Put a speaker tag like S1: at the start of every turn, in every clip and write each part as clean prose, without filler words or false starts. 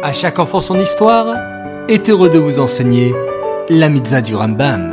S1: À chaque enfant son histoire est heureux de vous enseigner la mitzvah du Rambam.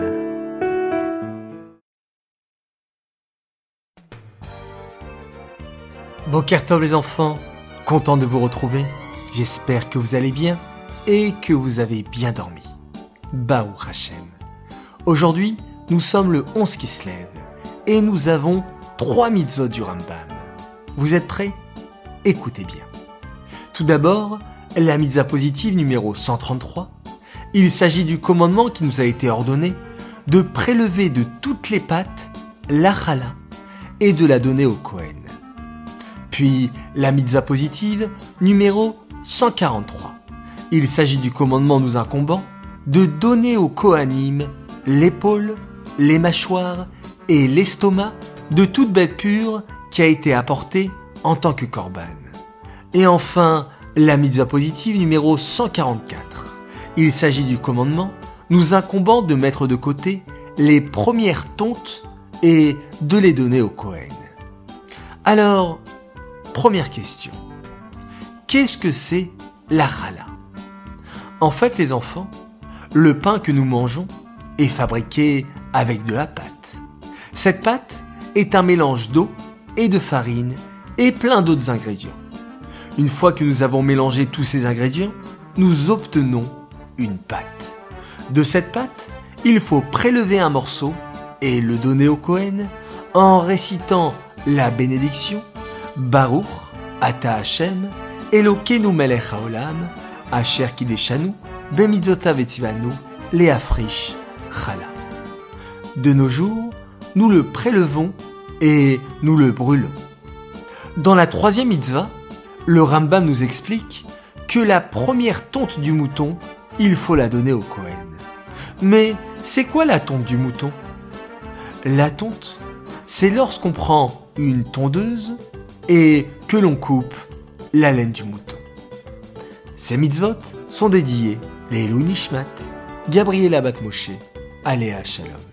S1: Boker Tov les enfants, content de vous retrouver. J'espère que vous allez bien et que vous avez bien dormi. Baruch Hashem. Aujourd'hui, nous sommes le 11 qui se lève et nous avons 3 mitzvot du Rambam. Vous êtes prêts ? Écoutez bien. Tout d'abord, la mitzvah positive numéro 133. Il s'agit du commandement qui nous a été ordonné de prélever de toutes les pâtes la chala et de la donner au Kohen. Puis la mitzvah positive numéro 143. Il s'agit du commandement nous incombant de donner au Kohanim l'épaule, les mâchoires et l'estomac de toute bête pure qui a été apportée en tant que korban. Et enfin, la mitzvah positive numéro 144. Il s'agit du commandement nous incombant de mettre de côté les premières tontes et de les donner au Kohen. Alors, première question. Qu'est-ce que c'est la chala ? En fait, les enfants, le pain que nous mangeons est fabriqué avec de la pâte. Cette pâte est un mélange d'eau et de farine et plein d'autres ingrédients. Une fois que nous avons mélangé tous ces ingrédients, nous obtenons une pâte. De cette pâte, il faut prélever un morceau et le donner au Kohen en récitant la bénédiction Baruch Ata Hashem Elokeinu melech haolam asher kideshanu bemitzvotav etzivanu leafrish chala. De nos jours, nous le prélevons et nous le brûlons. Dans la 3e mitzvah, le Rambam nous explique que la première tonte du mouton, il faut la donner au Kohen. Mais c'est quoi la tonte du mouton ? La tonte, c'est lorsqu'on prend une tondeuse et que l'on coupe la laine du mouton. Ces mitzvot sont dédiés les Elou Nishmat, Gabriela Bat Moshe, Aléa Shalom.